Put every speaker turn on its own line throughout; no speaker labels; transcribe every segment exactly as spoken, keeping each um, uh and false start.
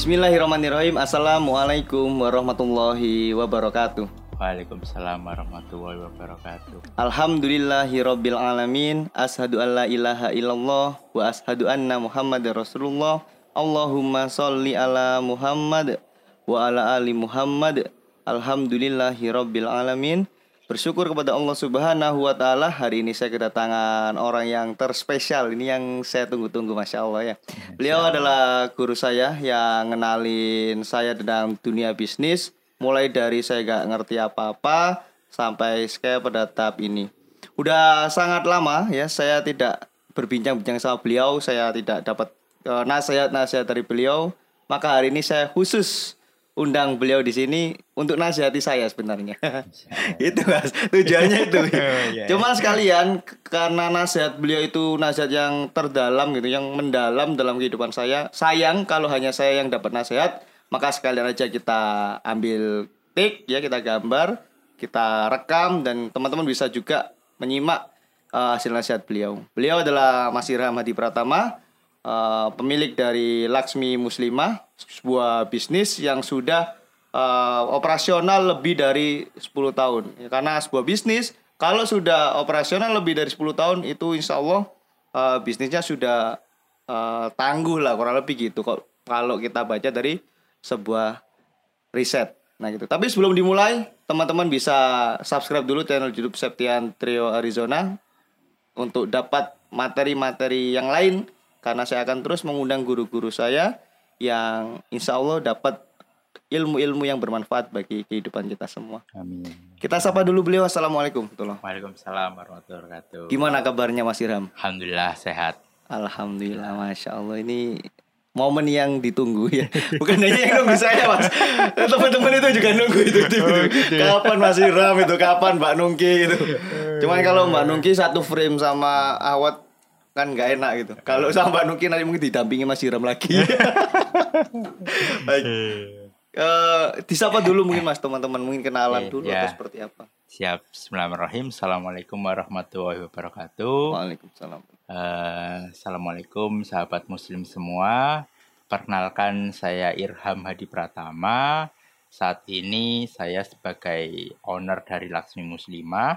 Bismillahirrahmanirrahim. Assalamualaikum warahmatullahi wabarakatuh.
Waalaikumsalam warahmatullahi wabarakatuh.
Alhamdulillahirabbil alamin. Asyhadu an la ilaha illallah wa asyhadu anna Muhammadar Rasulullah. Allahumma sholli ala Muhammad wa ala ali Muhammad. Alhamdulillahirabbil alamin. Bersyukur kepada Allah Subhanahu wa taala. Hari ini saya kedatangan orang yang terspesial. Ini yang saya tunggu-tunggu, Masya Allah ya. Beliau adalah guru saya yang ngenalin saya dalam dunia bisnis. Mulai dari saya gak ngerti apa-apa sampai saya pada tahap ini. Udah sangat lama ya saya tidak berbincang-bincang sama beliau. Saya tidak dapat uh, nasihat-nasihat dari beliau. Maka hari ini saya khusus undang beliau di sini untuk nasihati saya sebenarnya. Itu Mas, tujuannya itu. Cuma sekalian karena nasihat beliau itu nasihat yang terdalam gitu, yang mendalam dalam kehidupan saya. Sayang kalau hanya saya yang dapat nasihat, maka sekalian aja kita ambil take ya, kita gambar, kita rekam dan teman-teman bisa juga menyimak uh, hasil nasihat beliau. Beliau adalah Mas Irham Hadi Pratama, uh, pemilik dari Laksmi Muslimah, sebuah bisnis yang sudah uh, operasional lebih dari sepuluh tahun. Ya, karena sebuah bisnis kalau sudah operasional lebih dari sepuluh tahun itu insya Allah uh, bisnisnya sudah uh, tangguh lah, kurang lebih gitu kok kalau kita baca dari sebuah riset. Nah gitu. Tapi sebelum dimulai, teman-teman bisa subscribe dulu channel YouTube Septian Trio Arizona untuk dapat materi-materi yang lain, karena saya akan terus mengundang guru-guru saya yang insya Allah dapat ilmu-ilmu yang bermanfaat bagi kehidupan kita semua.
Amin.
Kita sapa dulu beliau. Assalamualaikum.
Waalaikumsalam warahmatullahi wabarakatuh.
Gimana kabarnya Mas Irham?
Alhamdulillah sehat.
Alhamdulillah, Masya Allah. Ini momen yang ditunggu ya. Bukan hanya yang nunggu saya Mas, teman-teman itu juga nunggu itu, itu, itu. Kapan Mas Irham itu, kapan Mbak Nungki gitu. Cuman kalau Mbak Nungki satu frame sama Awad kan nggak enak gitu. Kalau sama Mbak Nungki nanti mungkin didampingi Mas Irham lagi. Baik. Uh, disapa dulu mungkin Mas, teman-teman mungkin kenalan dulu ya, atau seperti apa.
Siap. Bismillahirrahmanirrahim. Assalamualaikum warahmatullahi wabarakatuh.
Waalaikumsalam.
Uh, Assalamualaikum sahabat muslim semua. Perkenalkan saya Irham Hadi Pratama. Saat ini saya sebagai owner dari Laksmi Muslimah.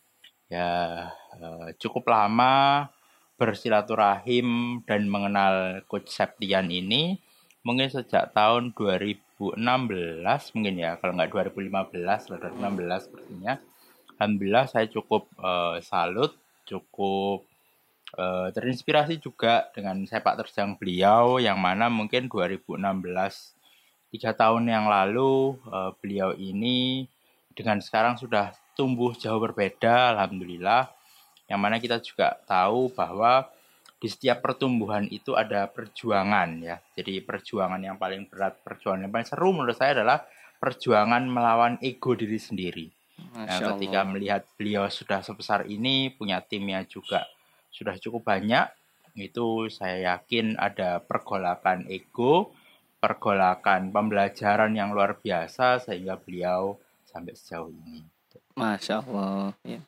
Ya uh, cukup lama bersilaturahim dan mengenal Coach Septian ini mungkin sejak tahun dua ribu enam belas mungkin ya, kalau nggak dua ribu lima belas atau dua ribu enam belas sepertinya. Alhamdulillah saya cukup uh, salut, cukup uh, terinspirasi juga dengan sepak terjang beliau, yang mana mungkin dua ribu enam belas, tiga tahun yang lalu uh, beliau ini dengan sekarang sudah tumbuh jauh berbeda, alhamdulillah. Yang mana kita juga tahu bahwa di setiap pertumbuhan itu ada perjuangan ya. Jadi perjuangan yang paling berat, perjuangan yang paling seru menurut saya adalah perjuangan melawan ego diri sendiri. Nah, ketika melihat beliau sudah sebesar ini, punya timnya juga sudah cukup banyak, itu saya yakin ada pergolakan ego, pergolakan pembelajaran yang luar biasa sehingga beliau sampai sejauh ini.
Masya Allah ya.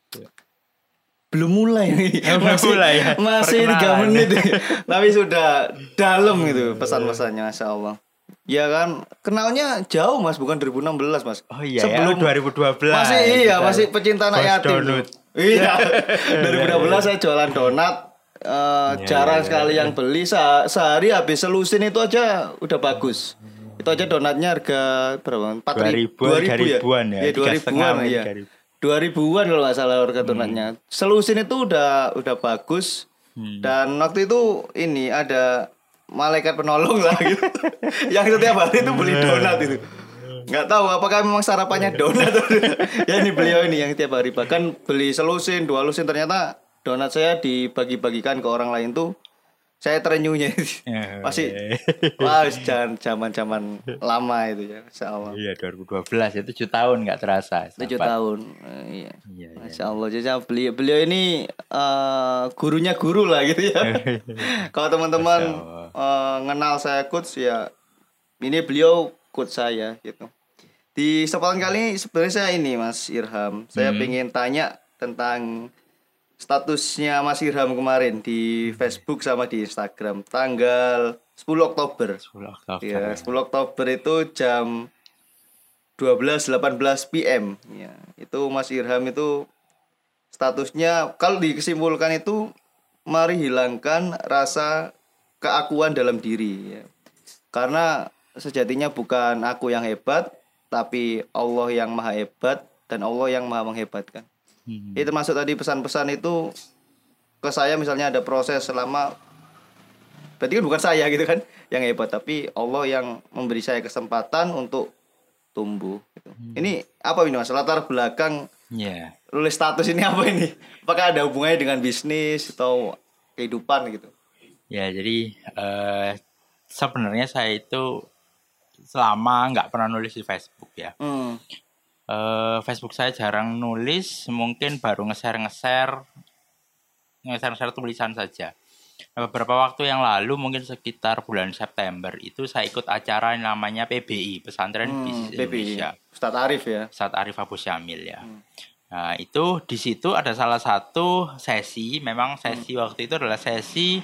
Belum mulai nih,
ya,
masih
mulai ya.
Masih tiga menit tapi sudah dalam gitu pesan-pesannya, Masya Allah. Ya kan, kenalnya jauh Mas, bukan dua ribu enam belas Mas.
Oh iya,
sebelum
ya, dua ribu dua belas.
Masih iya, masih pecinta anak yatim. Iya, dua ribu dua belas saya jualan donat. Uh, ya, jarang ya, sekali ya. Yang beli. Se- sehari habis selusin itu aja udah bagus. Itu aja donatnya harga berapa? empat ribu,
dua ribuan ya.
Iya, dua ribuan ya. dua ribuan kalau nggak salah harga donatnya. Hmm. Selusin itu udah udah bagus. Hmm. Dan waktu itu ini ada malaikat penolong lah gitu. Yang setiap hari itu beli donat itu. Nggak tahu apakah memang sarapannya donat. Ya ini beliau ini yang tiap hari, bahkan beli selusin, dua lusin, ternyata donat saya dibagi-bagikan ke orang lain tuh saya terenyuhnya. Masih wah zaman-zaman lama itu ya, insyaallah.
Iya, dua ribu dua belas ya, tujuh tahun nggak terasa.
tujuh tahun. Uh, iya. iya. Masya Allah. Jadi beliau beliau ini uh, gurunya guru lah gitu ya. Kalau teman-teman uh, kenal saya coach ya, ini beliau coach saya gitu. Di kesempatan kali ini sebenarnya saya ini Mas Irham, saya hmm. pengen tanya tentang statusnya Mas Irham kemarin di Facebook sama di Instagram tanggal sepuluh Oktober.
sepuluh Oktober.
Ya, sepuluh Oktober itu jam dua belas delapan belas P M. Ya, itu Mas Irham itu statusnya kalau dikesimpulan itu mari hilangkan rasa keakuan dalam diri ya. Karena sejatinya bukan aku yang hebat, tapi Allah yang maha hebat dan Allah yang maha menghebatkan. Hmm. Itu termasuk tadi pesan-pesan itu ke saya, misalnya ada proses selama, berarti kan bukan saya gitu kan yang hebat, tapi Allah yang memberi saya kesempatan untuk tumbuh gitu. Hmm. Ini apa ini Mas, latar belakang yeah. Nulis status ini apa ini? Apakah ada hubungannya dengan bisnis atau kehidupan gitu?
Ya, jadi uh, sebenarnya saya itu selama nggak pernah nulis di Facebook ya. Hmm. Uh, Facebook saya jarang nulis, mungkin baru nge-share nge-share nge-share tulisan saja. Nah, beberapa waktu yang lalu, mungkin sekitar bulan September itu saya ikut acara yang namanya P B I, Pesantren hmm, Bisnis Indonesia.
Ustadz Arif ya.
Ustadz Arif Abu Syamil ya. Hmm. Nah, itu di situ ada salah satu sesi, memang sesi hmm. waktu itu adalah sesi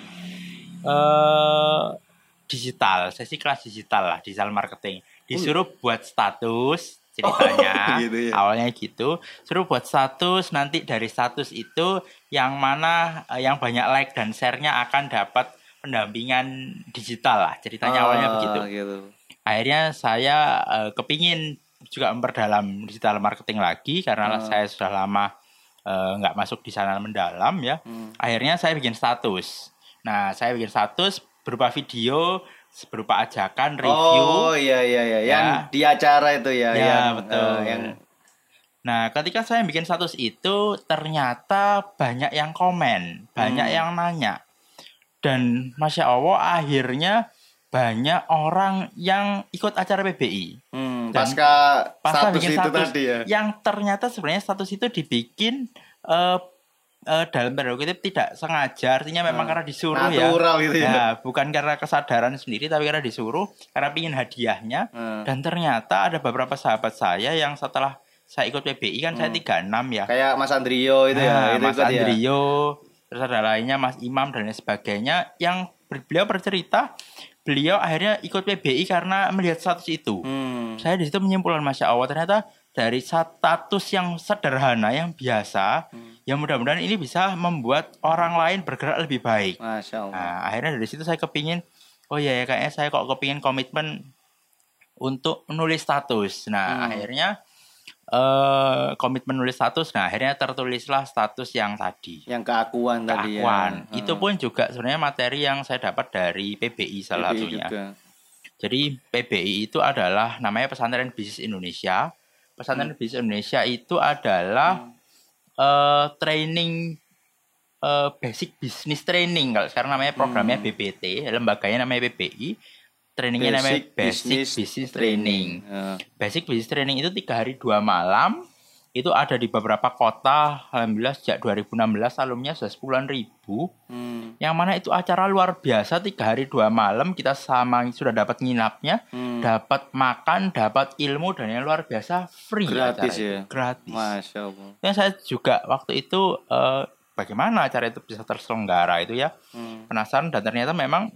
uh, digital, sesi kelas digital lah, digital marketing. Disuruh uh. buat status ceritanya, oh, gitu ya. Awalnya gitu, suruh buat status, nanti dari status itu yang mana yang banyak like dan share-nya akan dapat pendampingan digital lah, ceritanya oh, awalnya begitu. Gitu. Akhirnya saya uh, kepingin juga memperdalam digital marketing lagi karena oh. saya sudah lama nggak uh, masuk di sana mendalam ya. Hmm. Akhirnya saya bikin status. Nah, saya bikin status berupa video, berupa ajakan review.
Oh iya iya iya, ya. Yang di acara itu ya.
Ya
yang,
betul.
Uh, yang...
Nah, ketika saya bikin status itu ternyata banyak yang komen, banyak hmm. yang nanya, dan masya Allah akhirnya banyak orang yang ikut acara P B I.
Hmm, pasca status itu status tadi ya.
Yang ternyata sebenarnya status itu dibikin uh, Uh, dalam tanda kutip tidak sengaja, artinya memang hmm. karena disuruh
natural
ya,
gitu ya.
Nah, bukan karena kesadaran sendiri, tapi karena disuruh, karena pingin hadiahnya. Hmm. Dan ternyata ada beberapa sahabat saya yang setelah saya ikut P B I kan hmm. saya tiga puluh enam ya.
Kayak Mas Andrio itu nah, ya. Itu
Mas Andrio, ya. Terus ada lainnya Mas Imam dan lain sebagainya, yang beliau bercerita, beliau akhirnya ikut P B I karena melihat status itu. Hmm. Saya di situ menyimpulkan masya Allah ternyata dari status yang sederhana, yang biasa. Hmm. Ya mudah-mudahan ini bisa membuat orang lain bergerak lebih baik.
Masya Allah.
Nah, akhirnya dari situ saya kepingin, oh ya, ya kayaknya saya kok kepingin komitmen untuk menulis status. Nah, hmm. akhirnya uh, komitmen menulis status. Nah, akhirnya tertulislah status yang tadi.
Yang keakuan, keakuan. tadi ya.
Hmm. Itu pun juga sebenarnya materi yang saya dapat dari P B I salah
P B I
satunya.
Juga.
Jadi P B I itu adalah namanya Pesantren Bisnis Indonesia. Pesantren hmm. Bisnis Indonesia itu adalah hmm. Uh, training uh, basic business training, kalau sekarang namanya programnya hmm. B B T, lembaganya namanya P B I, trainingnya basic namanya Basic Business, business Training. training. Uh. Basic Business Training itu tiga hari dua malam, itu ada di beberapa kota. Alhamdulillah sejak dua ribu enam belas alumnya sudah sepuluhan ribu. Hmm. Yang mana itu acara luar biasa, tiga hari dua malam kita sama sudah dapat nginapnya, hmm. dapat makan, dapat ilmu, dan yang luar biasa free.
Gratis ya?
Itu. Gratis.
Masya Allah.
Yang saya juga waktu itu uh, bagaimana acara itu bisa terselenggara itu ya. Hmm. Penasaran, dan ternyata memang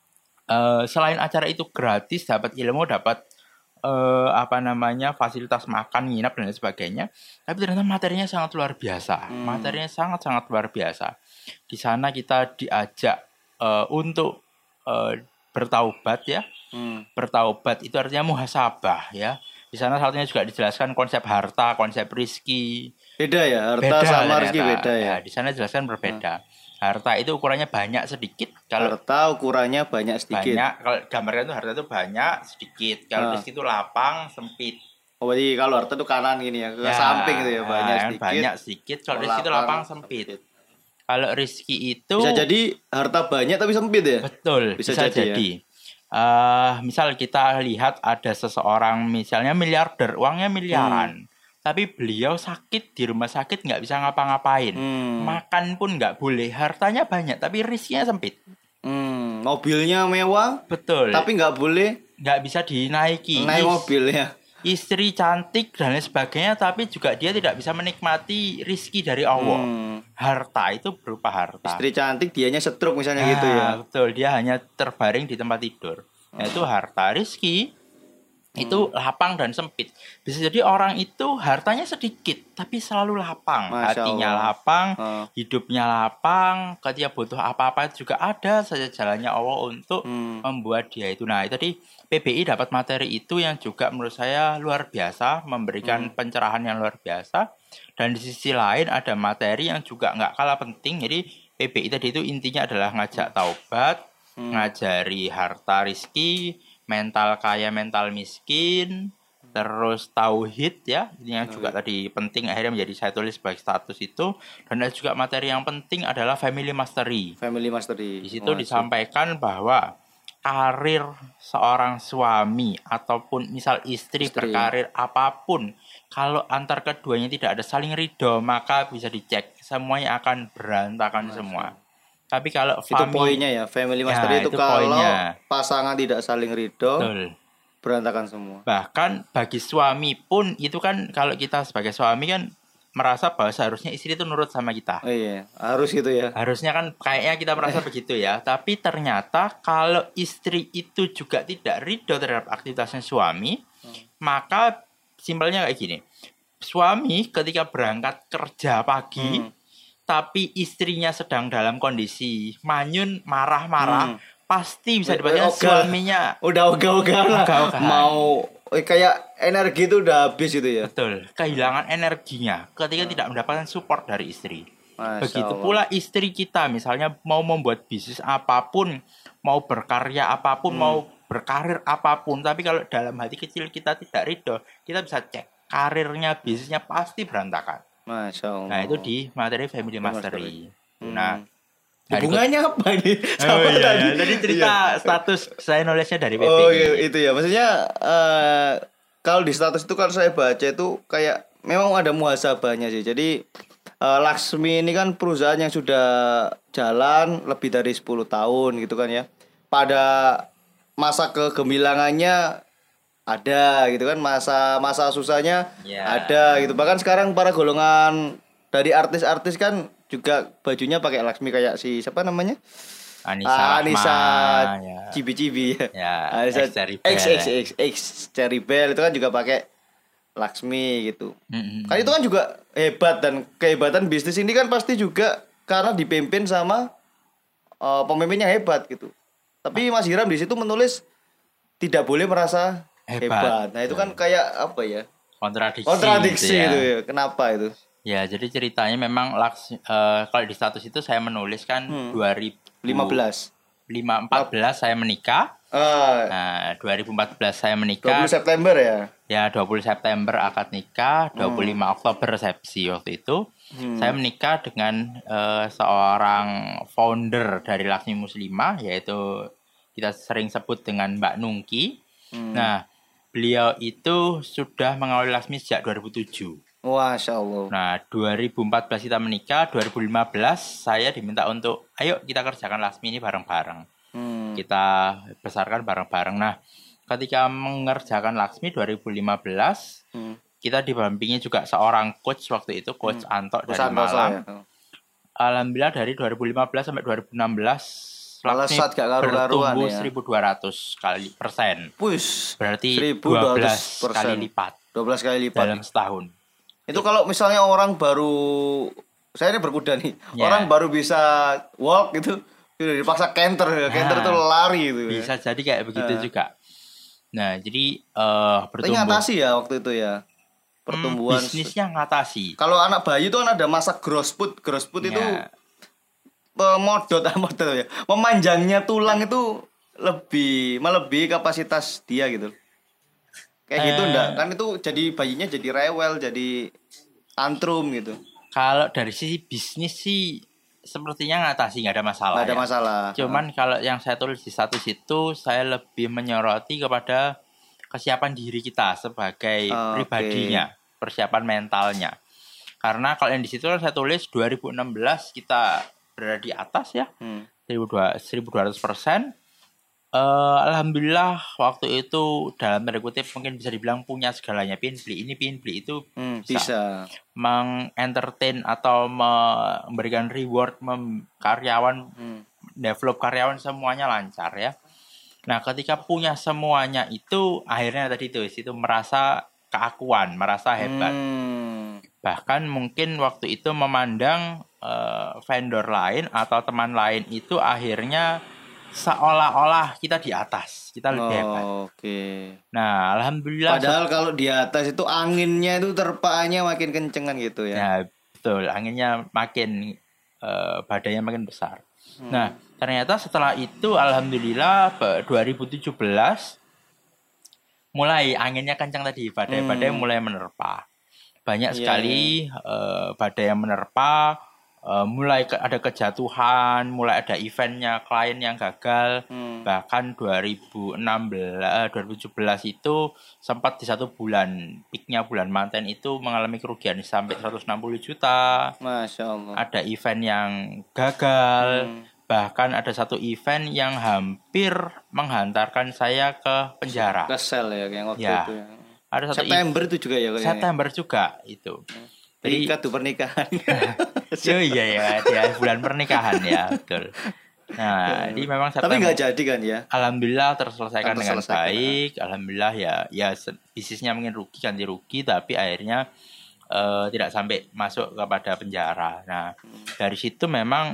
uh, selain acara itu gratis, dapat ilmu, dapat Uh, apa namanya fasilitas makan, nginap dan lain sebagainya, tapi ternyata materinya sangat luar biasa. Hmm. Materinya sangat sangat luar biasa. Di sana kita diajak uh, untuk uh, bertaubat ya. Hmm. Bertaubat itu artinya muhasabah ya. Di sana satunya juga dijelaskan konsep harta, konsep rizki.
Beda ya, harta beda, sama rizki beda ya.
Ya. Di sana dijelaskan berbeda. Hmm. Harta itu ukurannya banyak sedikit. Kalau
harta ukurannya banyak sedikit.
Banyak. Kalau gambarnya itu harta itu banyak sedikit. Kalau nah. rezeki itu lapang sempit.
Oh, jadi kalau harta itu kanan gini ya, ke ya, samping gitu ya, banyak
nah,
sedikit.
Banyak sedikit. Kalau rezeki itu lapang sempit. sempit. Kalau rezeki itu
bisa jadi harta banyak tapi sempit ya.
Betul. Bisa, bisa jadi. jadi. Ya? Uh, misal kita lihat ada seseorang misalnya miliarder, uangnya miliaran. Hmm. Tapi beliau sakit di rumah sakit, nggak bisa ngapa-ngapain, hmm. makan pun nggak boleh, hartanya banyak tapi rizkinya sempit.
Hmm. Mobilnya mewah,
betul.
Tapi nggak boleh,
nggak bisa dinaiki.
Naik mobilnya.
Istri cantik dan lain sebagainya, tapi juga dia tidak bisa menikmati rizki dari Allah. Hmm. harta itu berupa harta.
Istri cantik, dianya setruk misalnya
nah,
gitu ya.
Betul, dia hanya terbaring di tempat tidur. Nah, itu harta. Rizki itu lapang dan sempit. Bisa jadi orang itu hartanya sedikit tapi selalu lapang.
Masya
Hatinya
Allah.
lapang,
Uh.
hidupnya lapang. Ketika butuh apa-apa juga ada saja jalannya Allah untuk
Hmm.
membuat dia itu. Nah, tadi P B I dapat materi itu yang juga menurut saya luar biasa, memberikan
Hmm.
pencerahan yang luar biasa. Dan di sisi lain ada materi yang juga nggak kalah penting. Jadi P B I tadi itu intinya adalah ngajak taubat,
Hmm.
ngajari harta rizki, mental kaya mental miskin, terus tauhid ya, ini yang juga tadi penting akhirnya menjadi saya tulis sebagai status itu. Dan ada juga materi yang penting adalah family mastery.
Family mastery.
Di situ disampaikan bahwa karir seorang suami ataupun misal istri,
Istri.
berkarir apapun, kalau antar keduanya tidak ada saling ridho, maka bisa dicek semuanya akan berantakan semua. Tapi kalau
itu
family,
poinnya ya, family mastery
Ya,
itu,
itu
kalau
poinnya.
pasangan tidak saling ridho,
betul.
berantakan semua.
Bahkan bagi suami pun itu kan, kalau kita sebagai suami kan merasa bahwa seharusnya istri itu nurut sama kita.
Oh iya, harus gitu ya.
Harusnya kan kayaknya kita merasa begitu ya. Tapi ternyata kalau istri itu juga tidak ridho terhadap aktivitasnya suami, hmm. maka simpelnya kayak gini. Suami ketika berangkat kerja pagi, hmm. tapi istrinya sedang dalam kondisi manyun, marah-marah, hmm. pasti bisa dibayangkan suaminya
udah ogah-ogahan lah,
ogah-ogahan.
mau eh, kayak energi itu udah habis itu ya.
Betul, kehilangan energinya ketika hmm. tidak mendapatkan support dari istri.
Masya
Begitu
Allah.
pula istri kita, misalnya mau membuat bisnis apapun, mau berkarya apapun, hmm. mau berkarir apapun, tapi kalau dalam hati kecil kita tidak ridho, kita bisa cek karirnya, bisnisnya pasti berantakan.
Masya Allah.
Nah, itu di materi family mastery.
Hmm.
Nah,
hubungannya apa ini?
Oh iya, iya. Tadi cerita status saya nulisnya dari P P I.
Oh iya, itu ya. Maksudnya uh, kalau di status itu kalau saya baca itu kayak memang ada muhasabahnya sih. Jadi uh, Laksmi ini kan perusahaan yang sudah jalan lebih dari sepuluh tahun gitu kan ya. Pada masa kegemilangannya ada gitu kan, masa masa susahnya yeah. ada gitu. Bahkan sekarang para golongan dari artis-artis kan juga bajunya pakai Laksmi, kayak si siapa namanya?
Anissa
ah, Anissa
ya.
Cibi-cibi ya.
Ya,
Anissa X X X X Cherry Bell itu kan juga pakai Laksmi gitu. Mm-hmm. Kan itu kan juga hebat, dan kehebatan bisnis ini kan pasti juga karena dipimpin sama uh, pemimpinnya hebat gitu. Tapi Mas Hiram di situ menulis tidak boleh merasa hebat. hebat. Nah, itu kan kayak apa ya?
Kontradiksi.
Kontradiksi
gitu ya.
itu ya. Kenapa itu?
Ya, jadi ceritanya memang Laks, uh, kalau di status itu saya menulis kan hmm. dua ribu
lima belas
lima empat belas saya menikah.
Uh,
nah, dua ribu empat belas saya menikah.
dua puluh September ya?
Ya, dua puluh September akad nikah, dua puluh lima hmm. Oktober resepsi waktu itu. Hmm. Saya menikah dengan uh, seorang founder dari Laksmi Muslimah, yaitu kita sering sebut dengan Mbak Nungki. Hmm. Nah, beliau itu sudah mengawali Laksmi sejak dua ribu tujuh.
Masya Allah.
Nah, dua ribu empat belas kita menikah, dua ribu lima belas saya diminta untuk, ayo kita kerjakan Laksmi ini bareng-bareng. Hmm. Kita besarkan bareng-bareng. Nah, ketika mengerjakan Laksmi dua ribu lima belas, hmm. kita didampingi juga seorang coach waktu itu, Coach hmm. Anto dari Anto Malang. Ya. Alhamdulillah dari dua ribu lima belas sampai dua ribu enam belas, Laksmi bertumbuh ya. seribu dua ratus kali persen.
Push.
Berarti dua belas kali lipat.
dua belas kali lipat.
Dalam setahun.
Itu kalau misalnya orang baru, saya ini berkuda nih, yeah. orang baru bisa walk gitu, dipaksa canter, nah, canter itu lari gitu.
Bisa
ya.
jadi kayak begitu uh. juga. Nah, jadi uh, bertumbuh.
Tapi ngatasi ya waktu itu ya, pertumbuhan.
Hmm, bisnisnya ngatasi.
Kalau anak bayi itu kan ada masa growth spurt, growth spurt yeah. itu pemodot, modot ya, memanjangnya tulang itu lebih, melebihi kapasitas dia gitu. Kayak gitu enggak? Kan itu jadi bayinya jadi rewel, jadi tantrum gitu.
Kalau dari sisi bisnis sih sepertinya ngatasi, nggak ada masalah.
Nggak ada
ya.
masalah.
Cuman uh. kalau yang saya tulis di status itu, saya lebih menyoroti kepada kesiapan diri kita sebagai uh, pribadinya, okay. persiapan mentalnya. Karena kalau yang di situ saya tulis dua ribu enam belas kita berada di atas ya, hmm. seribu dua ratus persen. Uh, Alhamdulillah waktu itu dalam tanda kutip mungkin bisa dibilang punya segalanya, pin beli ini pin beli itu
Hmm,
bisa,
bisa.
mengentertain atau memberikan reward mem- karyawan,
Hmm.
develop karyawan semuanya lancar ya. Nah ketika punya semuanya itu akhirnya tadi itu itu merasa keakuan, merasa hebat.
Hmm.
Bahkan mungkin waktu itu memandang uh, vendor lain atau teman lain itu akhirnya seolah-olah kita di atas, kita lebih hebat.
Oh, oke. Okay.
Nah, alhamdulillah.
Padahal kalau di atas itu anginnya itu terpaannya makin kencengan gitu ya.
Ya, betul. Anginnya makin uh, badainya makin besar. Hmm. Nah, ternyata setelah itu alhamdulillah dua ribu tujuh belas mulai anginnya kencang tadi, badai-badai hmm. mulai menerpa. Banyak yeah, sekali yeah. Uh, badai yang menerpa. Uh, mulai ke, ada kejatuhan, mulai ada eventnya klien yang gagal. Hmm. Bahkan dua ribu enam belas, dua ribu tujuh belas itu sempat di satu bulan peaknya bulan manten itu mengalami kerugian sampai seratus enam puluh juta.
Masya Allah.
Ada event yang gagal. Hmm. Bahkan ada satu event yang hampir menghantarkan saya ke penjara.
Kesel ya yang waktu
ya.
itu ya.
Ada satu
September itu juga ya kayaknya.
September juga itu. Hmm.
Terikat tuh pernikahan.
Oh iya ya, dia bulan pernikahan ya, betul. Nah, jadi memang
September, tapi nggak jadi kan ya?
Alhamdulillah terselesaikan dengan baik. Ya. Alhamdulillah ya, ya bisnisnya mungkin rugi ganti rugi, tapi akhirnya uh, tidak sampai masuk kepada penjara. Nah, hmm. dari situ memang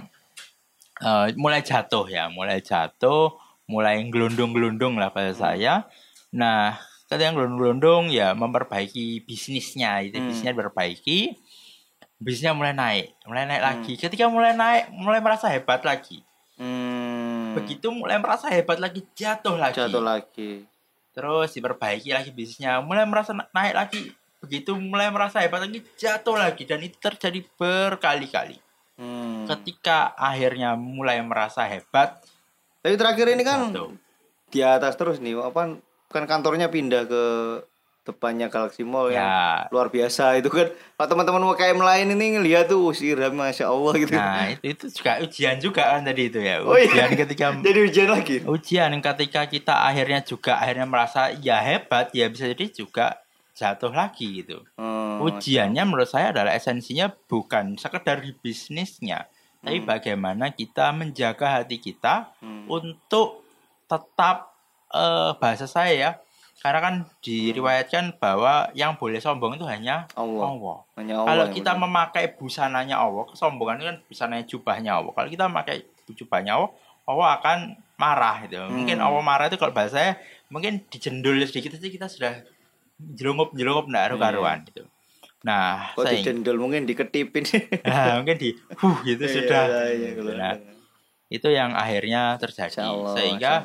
uh, mulai jatuh ya, mulai jatuh, mulai gelundung-gelundung lah pada hmm. saya. Nah, ketika gelundung-gelundung ya memperbaiki bisnisnya, itu hmm. bisnisnya diperbaiki. Bisnisnya mulai naik, mulai naik hmm. lagi. Ketika mulai naik, mulai merasa hebat lagi. Hmm. Begitu mulai merasa hebat lagi, jatuh lagi.
Jatuh lagi.
Terus diperbaiki lagi bisnisnya, mulai merasa naik lagi. Begitu mulai merasa hebat lagi, jatuh lagi. Dan itu terjadi berkali-kali. Hmm. Ketika akhirnya mulai merasa hebat.
Tapi terakhir ini kan jatuh. Di atas terus nih, apa kan kantornya pindah ke depannya Galaxy Mall ya. Yang luar biasa itu kan. Kalau teman-teman U K M lain ini ngelihat tuh si Irham Masya Allah gitu.
Nah itu, itu juga ujian juga kan tadi itu ya.
Oh,
ujian
iya.
ketika
jadi ujian lagi.
Ujian ketika kita akhirnya juga akhirnya merasa ya hebat, ya bisa jadi juga jatuh lagi gitu. Hmm, Ujiannya menurut saya adalah esensinya bukan sekedar di bisnisnya, hmm. tapi bagaimana kita menjaga hati kita hmm. untuk tetap uh, bahasa saya ya. Karena kan diriwayatkan bahwa yang boleh sombong itu hanya Allah. Allah. Hanya Allah. Kalau kita benar. Memakai busananya Allah, kesombongan itu kan busananya jubahnya Allah. Kalau kita memakai jubahnya Allah, Allah akan marah gitu. Hmm. Mungkin Allah marah itu kalau bahasa saya mungkin dijendul sedikit aja kita sudah jelungup-jelungup enggak karuan gitu. Nah,
kok saya dijendul mungkin diketipin.
Nah, mungkin di huh gitu sudah. Iya, iya, nah, itu yang akhirnya terjadi Allah, sehingga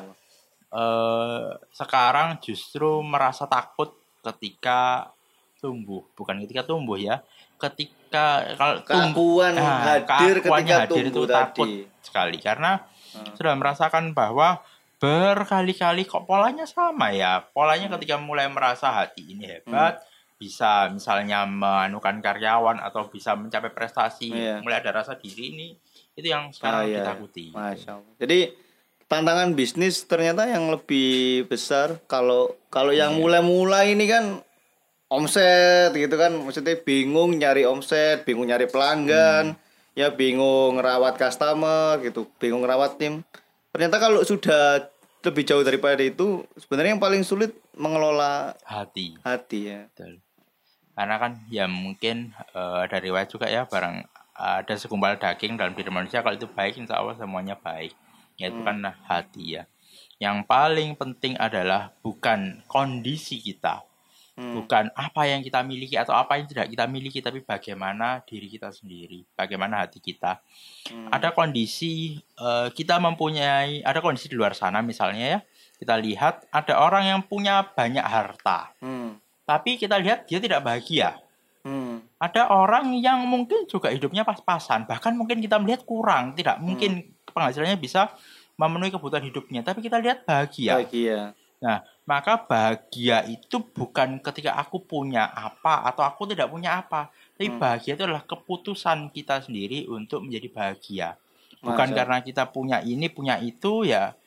Uh, sekarang justru merasa takut ketika tumbuh, bukan ketika tumbuh ya, ketika kalau
keakuan nah, hadir ketika
hadir
tumbuh
itu
tadi.
Takut sekali karena
hmm.
sudah merasakan bahwa berkali-kali kok polanya sama ya, polanya hmm. ketika mulai merasa hati ini hebat, hmm. bisa misalnya menemukan karyawan atau bisa mencapai prestasi, yeah. mulai ada rasa diri ini, itu yang sekarang ah, yeah. ditakuti.
Masya Allah. Jadi tantangan bisnis ternyata yang lebih besar kalau kalau yang mulai-mulai ini kan omset gitu kan, maksudnya bingung nyari omset, bingung nyari pelanggan, hmm. ya bingung ngerawat customer gitu, bingung ngerawat tim. Ternyata kalau sudah lebih jauh daripada itu, sebenarnya yang paling sulit mengelola
hati.
Hati ya.
Betul. Karena kan ya mungkin uh, dari riwayat juga ya barang uh, ada segumpal daging dalam diri manusia, kalau itu baik insya Allah semuanya baik. Yaitu hmm. kan hati ya. Yang paling penting adalah bukan kondisi kita, hmm. bukan apa yang kita miliki atau apa yang tidak kita miliki, tapi bagaimana diri kita sendiri, bagaimana hati kita. Hmm. Ada kondisi uh, kita mempunyai, ada kondisi di luar sana misalnya ya, kita lihat ada orang yang punya banyak harta, hmm. tapi kita lihat dia tidak bahagia. Hmm. Ada orang yang mungkin juga hidupnya pas-pasan, bahkan mungkin kita melihat kurang, tidak mungkin hmm. penghasilannya bisa memenuhi kebutuhan hidupnya, tapi kita lihat bahagia.
Bahagia.
Nah, maka bahagia itu bukan ketika aku punya apa atau aku tidak punya apa, tapi hmm. bahagia itu adalah keputusan kita sendiri untuk menjadi bahagia. Bukan Masa. Karena kita punya ini, punya itu ya. Hmm.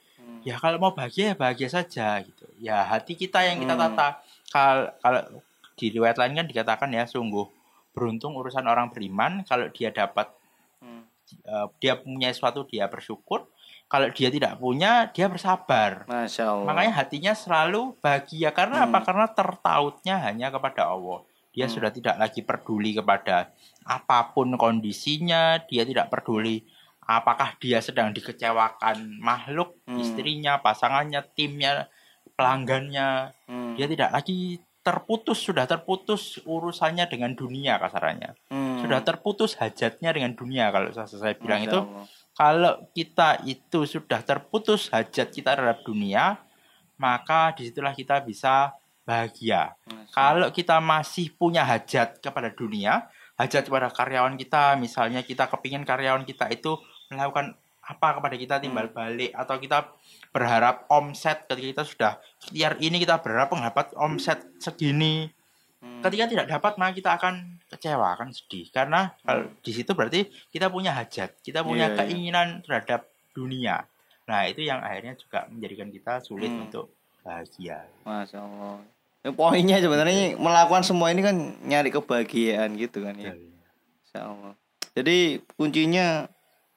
Ya kalau mau bahagia ya bahagia saja gitu. Ya hati kita yang kita
Hmm.
tata. Kalau kalau di riwayat lain kan dikatakan ya sungguh beruntung urusan orang beriman kalau dia dapat
Hmm.
uh, dia punya sesuatu dia bersyukur. Kalau dia tidak punya dia bersabar.
Masya Allah.
Makanya hatinya selalu bahagia karena
Hmm.
apa? Karena tertautnya hanya kepada Allah. Dia
Hmm.
sudah tidak lagi peduli kepada apapun kondisinya, dia tidak peduli apakah dia sedang dikecewakan makhluk,
Hmm.
istrinya, pasangannya, timnya, pelanggannya.
Hmm.
Dia tidak lagi terputus, sudah terputus urusannya dengan dunia kasarannya.
Hmm.
Sudah terputus hajatnya dengan dunia kalau saya, saya bilang
Masya
itu.
Allah.
Kalau kita itu sudah terputus hajat kita terhadap dunia, maka disitulah kita bisa bahagia.
Masya
Kalau kita masih punya hajat kepada dunia, hajat kepada karyawan kita, misalnya kita kepingin karyawan kita itu melakukan apa kepada kita timbal balik, atau kita berharap omset ketika kita sudah ikhtiar ini kita berharap mendapat omset segini.
Hmm.
Ketika tidak dapat maka kita akan kecewa, akan sedih karena kalau di situ berarti kita punya hajat, kita punya
Iya, iya.
keinginan terhadap dunia. Nah, itu yang akhirnya juga menjadikan kita sulit
Hmm.
untuk bahagia.
Masya Allah. Ya, poinnya sebenarnya melakukan semua ini kan nyari kebahagiaan gitu kan ya. Masya Allah. Jadi kuncinya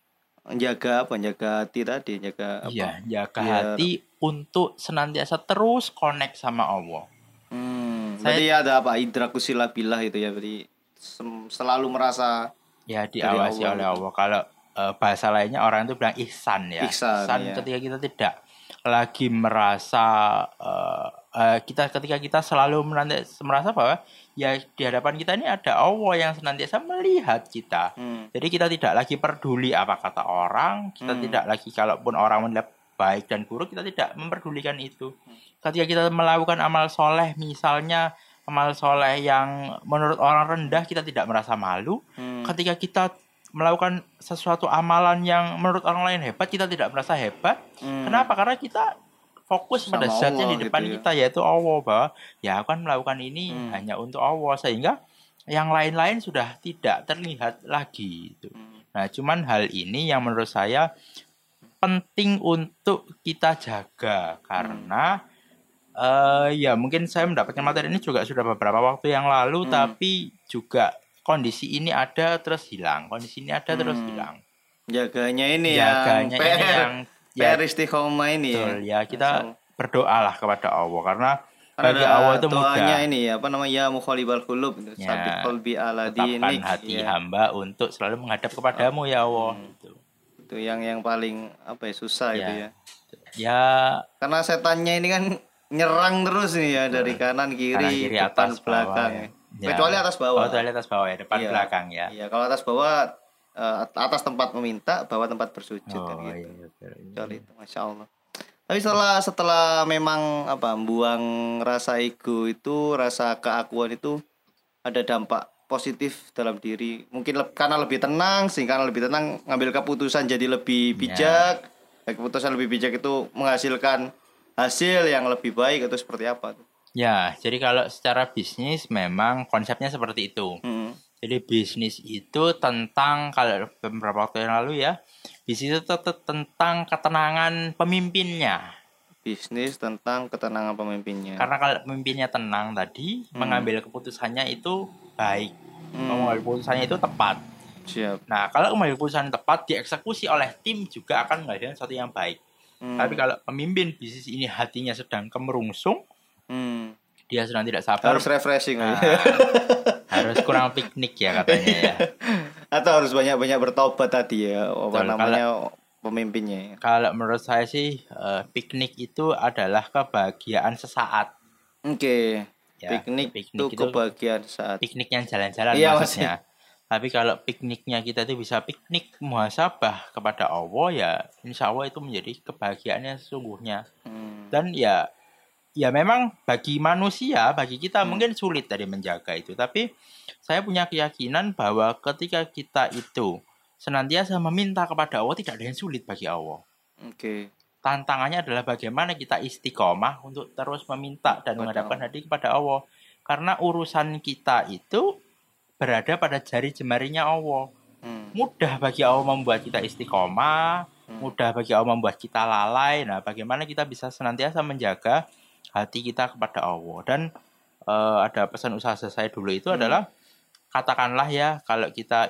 jaga apa? Jaga hati tadi, jaga apa?
Iya, jaga
Biar-
hati untuk senantiasa terus connect sama Allah.
Hmm.
Saya-
Berarti ada apa? Idrakusila billah itu ya. Berarti sem- selalu merasa
Ya, diawasi
Allah
oleh
gitu.
Allah. Kalau eh, bahasa lainnya orang itu bilang ihsan ya.
Ihsan, ya.
ketika kita tidak lagi merasa eh, eh, kita ketika kita selalu menanti, merasa bahwa ya di hadapan kita ini ada Allah yang senantiasa melihat kita.
Hmm.
Jadi kita tidak lagi peduli apa kata orang, kita
Hmm.
tidak lagi kalaupun orang menilai baik dan buruk kita tidak memperdulikan itu. Ketika kita melakukan amal soleh, misalnya amal soleh yang menurut orang rendah kita tidak merasa malu.
Hmm.
Ketika kita melakukan sesuatu amalan yang menurut orang lain hebat, kita tidak merasa hebat.
Hmm.
Kenapa? Karena kita fokus pada
Sama
zat yang
Allah
di depan
gitu ya.
kita, yaitu Allah, bahwa ya aku kan melakukan ini
Hmm.
hanya untuk Allah, sehingga yang lain-lain sudah tidak terlihat lagi itu.
Hmm.
Nah, cuman hal ini yang menurut saya penting untuk kita jaga karena eh ya mungkin saya mendapatkan materi ini juga sudah beberapa waktu yang lalu,
Hmm.
tapi juga kondisi ini ada terus hilang, kondisi ini ada terus
Hmm.
hilang.
Jaganya ini
Jaganya
yang
ini
P R,
yang ya,
P R istiqomah ini ya.
betul, ya kita berdoalah kepada Allah karena
Karena
bagi
ada
Allah itu
doanya
mudah.
ini ya, apa namanya, ya mukhalibal qulub gitu.
Ya,
Sabit qalbi ala
Tetapkan
dinik
hati
ya.
hamba untuk selalu menghadap kepadamu ya Allah. Gitu.
Itu yang yang paling apa ya, susah
Ya.
itu ya.
Ya,
Karena setannya ini kan nyerang terus nih ya dari kanan kiri,
kanan kiri
depan
atas
belakang.
bawah.
Ya. Kecuali atas bawah.
Oh, kecuali atas bawah ya, depan
Iya.
belakang ya.
Iya, kalau atas bawah eh, atas tempat meminta, bawah tempat bersujud
Oh,
kan
iya,
gitu.
iya, betul.
Kecuali itu, masya Allah. Tapi setelah setelah memang apa buang rasa ego itu, rasa keakuan itu ada dampak positif dalam diri. Mungkin le- karena lebih tenang, sehingga karena lebih tenang ngambil keputusan jadi lebih bijak. Ya, keputusan lebih bijak itu menghasilkan hasil yang lebih baik, itu seperti apa tuh?
Ya, jadi kalau secara bisnis memang konsepnya seperti itu.
Hmm.
Jadi bisnis itu tentang, kalau beberapa waktu yang lalu ya, bisnis itu tetap tentang ketenangan pemimpinnya.
Bisnis tentang ketenangan pemimpinnya.
Karena kalau pemimpinnya tenang tadi, mengambil keputusannya itu baik.
Hmm.
Mengambil keputusannya itu tepat.
Siap.
Nah, kalau mengambil keputusan tepat, dieksekusi oleh tim juga akan menghasilkan sesuatu yang baik.
Hmm.
Tapi kalau pemimpin bisnis ini hatinya sedang kemerungsung,
Hmm.
dia sedang tidak sabar,
Harus refreshing
nah,
ya.
harus kurang piknik ya katanya ya.
Atau harus banyak-banyak bertobat tadi ya, apa
Betul,
namanya, pemimpinnya ya.
Kalau menurut saya sih eh, piknik itu adalah kebahagiaan sesaat.
Oke.
Ya,
piknik,
piknik
itu
itu-
kebahagiaan saat.
Piknik yang jalan-jalan
Iya,
maksudnya. Tapi kalau pikniknya kita itu bisa piknik muhasabah kepada Allah, ya insya Allah itu menjadi kebahagiaan yang sesungguhnya.
Hmm.
Dan ya ya memang bagi manusia, bagi kita
Hmm.
mungkin sulit tadi menjaga itu. Tapi saya punya keyakinan bahwa ketika kita itu senantiasa meminta kepada Allah, tidak ada yang sulit bagi Allah.
Oke.
Tantangannya adalah bagaimana kita istiqomah untuk terus meminta dan
Kepada
menghadapkan
Allah.
hati kepada Allah. Karena urusan kita itu berada pada jari jemarinya Allah.
Hmm.
Mudah bagi Allah membuat kita istiqomah,
Hmm.
mudah bagi Allah membuat kita lalai. Nah, bagaimana kita bisa senantiasa menjaga hati kita kepada Allah. Dan uh, ada pesan usaha saya dulu itu hmm. adalah, katakanlah ya, kalau kita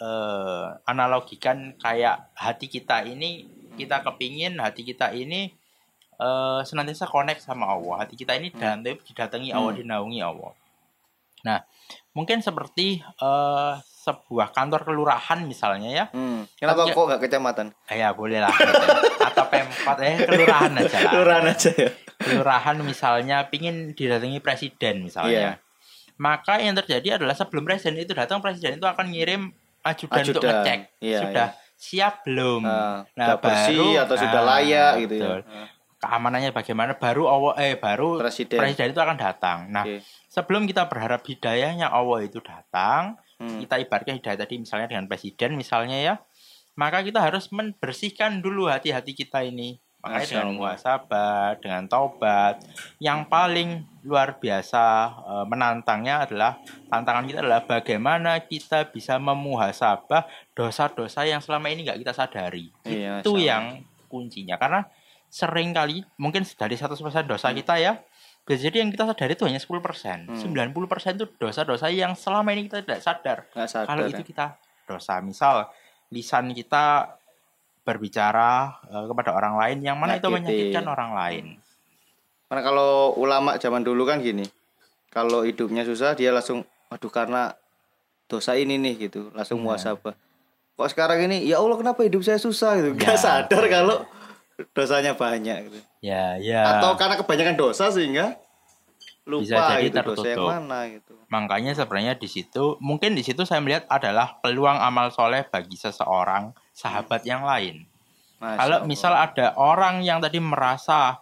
uh, analogikan kayak hati kita ini, kita kepingin hati kita ini uh, senantiasa connect sama Allah. Hati kita ini dan hmm. didatangi Allah, hmm. dinaungi Allah. Nah, mungkin seperti uh, sebuah kantor kelurahan misalnya ya.
Hmm. Kenapa Tapi, kok nggak kecamatan?
Ya boleh lah. Gitu. Atau pemkot, eh kelurahan aja lah.
Kelurahan aja ya.
Kelurahan misalnya pingin didatangi presiden misalnya. Yeah. Maka yang terjadi adalah sebelum presiden itu datang, presiden itu akan ngirim ajudan, ajudan. untuk ngecek yeah, sudah yeah. siap belum.
Nah, nah baru atau nah, sudah layak gitu betul. ya.
Keamanannya bagaimana, baru Allah eh baru presiden, presiden itu akan datang. Nah, okay. sebelum kita berharap hidayahnya Allah itu datang, hmm. kita ibaratkan hidayah tadi misalnya dengan presiden misalnya ya, maka kita harus membersihkan dulu hati-hati kita ini. Makanya Masya dengan muhasabah, dengan taubat, yang paling luar biasa e, menantangnya adalah, tantangan kita adalah bagaimana kita bisa memuhasabah dosa-dosa yang selama ini nggak kita sadari. Iya, itu yang kuncinya. Karena sering kali mungkin dari seratus persen dosa hmm. kita ya, bisa jadi yang kita sadari itu hanya sepuluh persen. Hmm. sembilan puluh persen itu dosa-dosa yang selama ini kita tidak sadar. sadar Kalau ya. itu kita dosa. Misal lisan kita berbicara uh, kepada orang lain yang mana Nyakiti. itu menyakitkan orang lain.
Karena kalau ulama zaman dulu kan gini, kalau hidupnya susah dia langsung, aduh karena dosa ini nih gitu, langsung hmm. muhasabah. Kok sekarang ini, ya Allah kenapa hidup saya susah gitu, ya. Gak sadar kalau dosanya banyak gitu.
Ya, ya.
Atau karena kebanyakan dosa sehingga lupa bisa jadi gitu, tertutup. Dosa yang mana gitu.
Makanya sebenarnya di situ, mungkin di situ saya melihat adalah peluang amal soleh bagi seseorang sahabat yang lain. Masya Kalau Allah. misal ada orang yang tadi merasa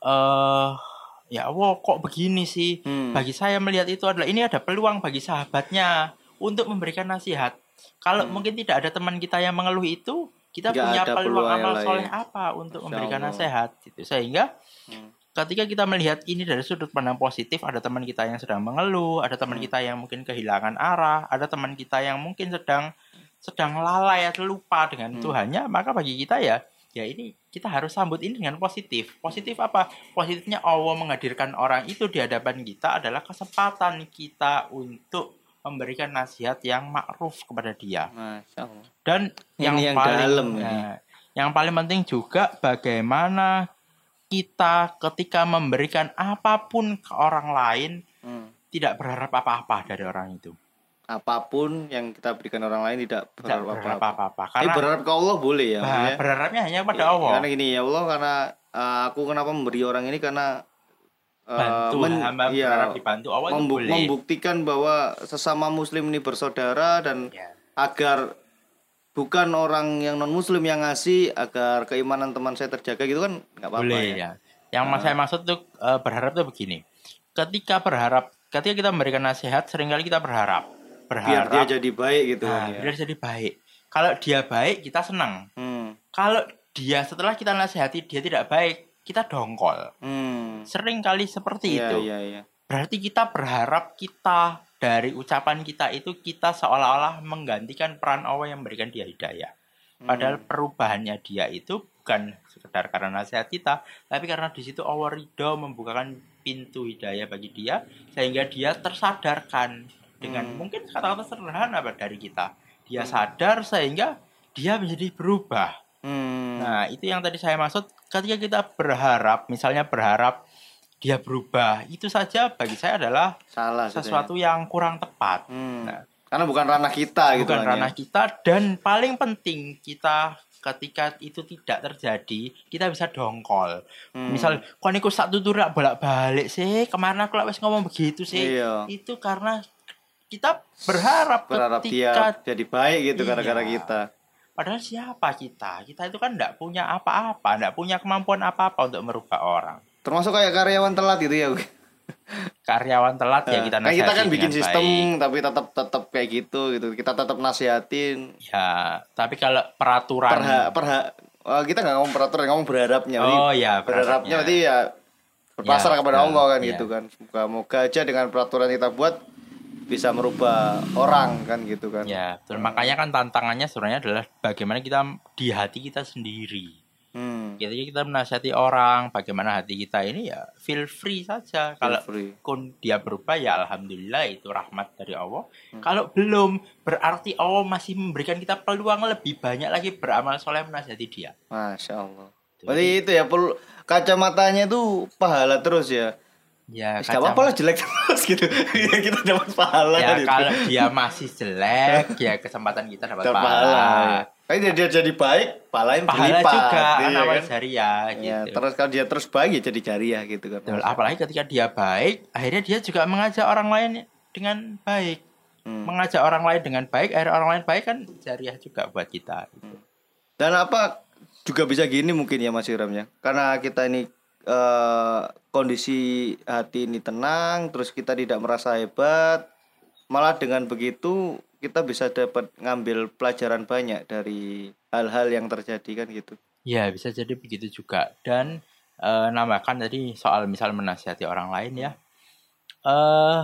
eh ya Allah kok begini sih, hmm. bagi saya melihat itu adalah ini ada peluang bagi sahabatnya untuk memberikan nasihat. Kalau hmm. mungkin tidak ada teman kita yang mengeluh itu, kita Gak punya peluang, peluang amal soleh apa untuk Masya memberikan Allah. nasihat gitu. Sehingga hmm. ketika kita melihat ini dari sudut pandang positif, ada teman kita yang sedang mengeluh, ada teman hmm. kita yang mungkin kehilangan arah, ada teman kita yang mungkin sedang sedang lalai atau lupa dengan hmm. Tuhannya, maka bagi kita ya, ya ini kita harus sambut ini dengan positif. Positif apa? Positifnya Allah menghadirkan orang itu di hadapan kita adalah kesempatan kita untuk memberikan nasihat yang ma'ruf kepada dia.
Masya Allah.
Dan yang, yang paling dalam, ya, yang paling penting juga bagaimana kita ketika memberikan apapun ke orang lain hmm. tidak berharap apa-apa dari orang itu.
Apapun yang kita berikan orang lain tidak berharap,
tidak berharap
apa-apa.
apa-apa.
Karena Ini berharap ke Allah boleh ya.
Bah, berharapnya hanya pada ya, Allah.
Karena gini ya Allah, karena uh, aku kenapa memberi orang ini karena uh,
bantu, men- hamba ya, berharap dibantu Allah
membu-
boleh.
Membuktikan bahwa sesama Muslim ini bersaudara dan ya. agar bukan orang yang non Muslim yang ngasih, agar keimanan teman saya terjaga gitu kan nggak apa-apa.
Boleh
ya.
ya. Yang nah. saya maksud tuh uh, berharap tuh begini. Ketika berharap, ketika kita memberikan nasihat, seringkali kita berharap. Berharap,
biar dia jadi baik gitu
nah,
kan ya.
Biar jadi baik. Kalau dia baik kita senang. Hmm. Kalau dia setelah kita nasihati dia tidak baik, kita dongkol. Hmm. Sering kali seperti
yeah,
itu.
Yeah, yeah.
Berarti kita berharap kita dari ucapan kita itu kita seolah-olah menggantikan peran Allah yang memberikan dia hidayah. Padahal hmm. perubahannya dia itu bukan sekedar karena nasihat kita, tapi karena di situ Allah ridho membukakan pintu hidayah bagi dia sehingga dia tersadarkan. Dengan hmm. mungkin kata-kata sederhana dari kita, dia sadar sehingga dia menjadi berubah. Hmm. Nah itu yang tadi saya maksud, ketika kita berharap, misalnya berharap dia berubah, itu saja bagi saya adalah
salah
sesuatu ya. yang kurang tepat.
Hmm. Nah, karena bukan ranah kita,
bukan gitu ranah ya. kita, dan paling penting kita ketika itu tidak terjadi, kita bisa dongkol. Hmm. Misal, kok niku sak tuturak bolak-balik sih, kemarin aku wis ngomong begitu sih. Iya. Itu karena kita berharap,
berharap
ketika
dia jadi baik gitu iya. gara-gara kita.
Padahal siapa kita? Kita itu kan tidak punya apa-apa, tidak punya kemampuan apa-apa untuk merubah orang.
Termasuk kayak karyawan telat gitu ya.
Karyawan telat ya kita nasihati.
Kita kan bikin sistem baik. Tapi tetap tetap kayak gitu gitu. Kita tetap nasihatin.
Ya, tapi kalau peraturan
perha, perha, oh, kita nggak ngomong peraturan, ngomong berharapnya.
Oh iya,
berharapnya berarti ya berpasrah ya, kepada Allah kan ya. gitu kan. Moga-moga aja dengan peraturan kita buat bisa merubah orang kan gitu kan.
Ya, betul. Makanya kan tantangannya sebenarnya adalah bagaimana kita di hati kita sendiri.
Hmm.
Jadi kita menasihati orang, bagaimana hati kita ini ya feel free saja.
Feel
Kalau
free.
kun dia berubah ya alhamdulillah itu rahmat dari Allah. Hmm. Kalau belum berarti Allah masih memberikan kita peluang lebih banyak lagi beramal soleh menasihati dia.
Masya Allah. Berarti itu ya perlu kacamatanya tuh pahala terus ya.
Ya,
gak apa-apa lah jelek terus gitu. Ya kita dapat pahala.
Ya
kan
kalau
itu.
dia masih jelek, ya kesempatan kita dapat
pahala.
pahala.
Tapi dia, dia jadi baik, pahalanya
pahala
berlipat.
juga,
iya,
amal
kan?
jariah
Ya,
gitu.
terus kalau dia terus baik ya jadi jariah gitu kan.
Betul, apalagi ketika dia baik, akhirnya dia juga mengajak orang lain dengan baik. Hmm. Mengajak orang lain dengan baik, akhirnya orang lain baik kan jariah juga buat kita. Gitu.
Dan apa juga bisa gini mungkin ya Mas Iram ya. Karena kita ini Uh, kondisi hati ini tenang, terus kita tidak merasa hebat, malah dengan begitu kita bisa dapat ngambil pelajaran banyak dari hal-hal yang terjadi kan gitu.
Ya bisa jadi begitu juga. Dan uh, nambahkan tadi soal misal menasihati orang lain ya, uh,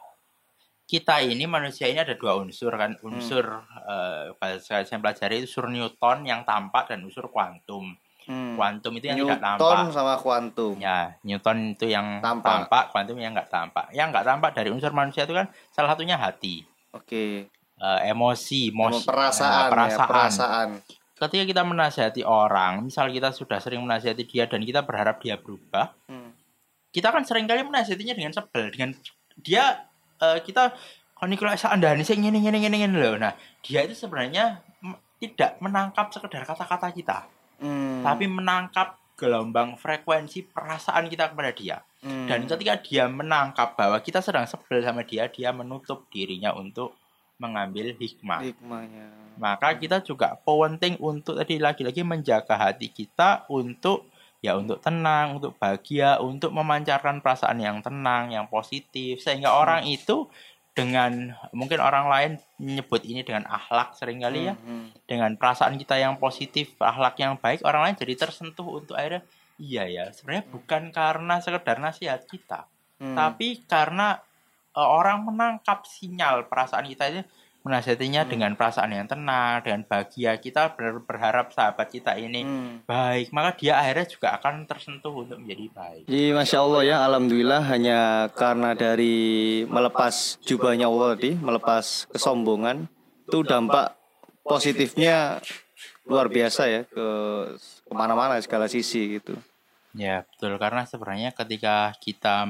kita ini manusia ini ada dua unsur kan, unsur hmm. uh, saya pelajari itu unsur Newton yang tampak dan unsur kuantum. Hmm. Kuantum itu yang
Newton
tidak tampak.
Newton sama kuantum.
Ya, Newton itu yang
tampak,
tampak kuantum yang nggak tampak. Yang nggak tampak dari unsur manusia itu kan salah satunya hati.
Oke. Okay.
Uh, emosi, emosi,
perasaan,
uh, perasaan.
Ya, perasaan.
Ketika kita menasihati orang, misal kita sudah sering menasihati dia dan kita berharap dia berubah, hmm. kita kan seringkali menasihatinya dengan sebel, dengan dia uh, kita kalau kalau seandainya saya ngene ngene ngene ngene loh. Nah, dia itu sebenarnya tidak menangkap sekedar kata-kata kita. Hmm. Tapi menangkap gelombang frekuensi perasaan kita kepada dia. Hmm. Dan ketika dia menangkap bahwa kita sedang sebel sama dia, dia menutup dirinya untuk mengambil hikmah.
Hikmahnya.
Maka kita juga penting untuk tadi lagi-lagi menjaga hati kita untuk ya untuk tenang, untuk bahagia, untuk memancarkan perasaan yang tenang, yang positif, sehingga hmm. orang itu dengan mungkin orang lain menyebut ini dengan akhlak seringkali ya, hmm. dengan perasaan kita yang positif, akhlak yang baik, orang lain jadi tersentuh untuk akhirnya iya ya sebenarnya bukan karena sekedar nasihat kita, hmm. tapi karena uh, orang menangkap sinyal perasaan kita ini, menasihatinya hmm. dengan perasaan yang tenang, dengan bahagia, kita ber- berharap sahabat kita ini hmm. baik, maka dia akhirnya juga akan tersentuh untuk menjadi baik.
Iya, Masya Allah ya, alhamdulillah hanya karena dari melepas jubahnya Allah tadi, melepas kesombongan, itu dampak positifnya luar biasa ya, ke kemana-mana segala sisi gitu.
Ya betul, karena sebenarnya ketika kita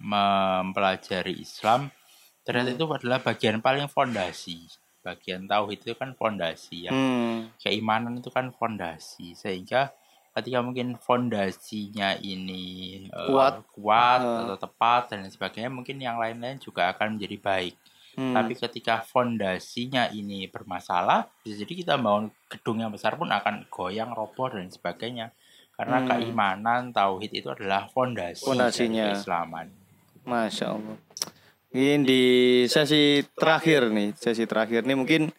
mempelajari Islam, ternyata hmm. itu adalah bagian paling fondasi. Bagian tauhid itu kan fondasi ya. Hmm. Keimanan itu kan fondasi. Sehingga ketika mungkin fondasinya ini kuat, uh, kuat uh. atau tepat dan sebagainya, mungkin yang lain-lain juga akan menjadi baik. Hmm. Tapi ketika fondasinya ini bermasalah, bisa jadi kita bangun gedung yang besar pun akan goyang, roboh dan sebagainya. Karena hmm. keimanan, tauhid itu adalah fondasi
fondasinya
dari keislaman.
Masya Allah. Ini di sesi terakhir nih, sesi terakhir nih mungkin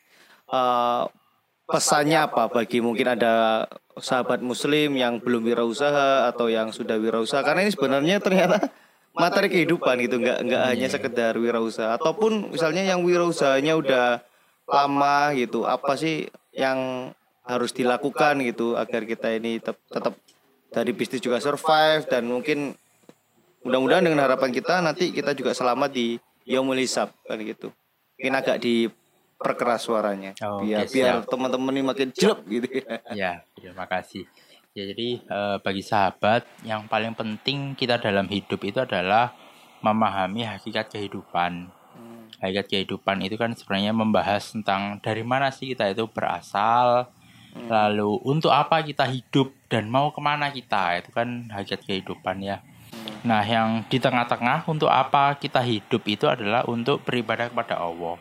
uh, pesannya apa bagi mungkin ada sahabat muslim yang belum wirausaha atau yang sudah wirausaha, karena ini sebenarnya ternyata materi kehidupan gitu, nggak nggak hanya sekedar wirausaha, ataupun misalnya yang wirausahanya udah lama gitu, apa sih yang harus dilakukan gitu agar kita ini tetap, tetap dari bisnis juga survive, dan mungkin mudah-mudahan dengan harapan kita nanti kita juga selamat di Yaumul Hisab kan gitu. Mungkin agak diperkeras suaranya oh, biar okay, biar teman-teman ini makin jelek gitu ya.
Ya, terima kasih. Ya jadi eh, bagi sahabat yang paling penting kita dalam hidup itu adalah memahami hakikat kehidupan. Hmm. Hakikat kehidupan itu kan sebenarnya membahas tentang dari mana sih kita itu berasal, hmm. lalu untuk apa kita hidup dan mau kemana kita, itu kan hakikat kehidupan ya. Nah, yang di tengah-tengah untuk apa kita hidup itu adalah untuk beribadah kepada Allah.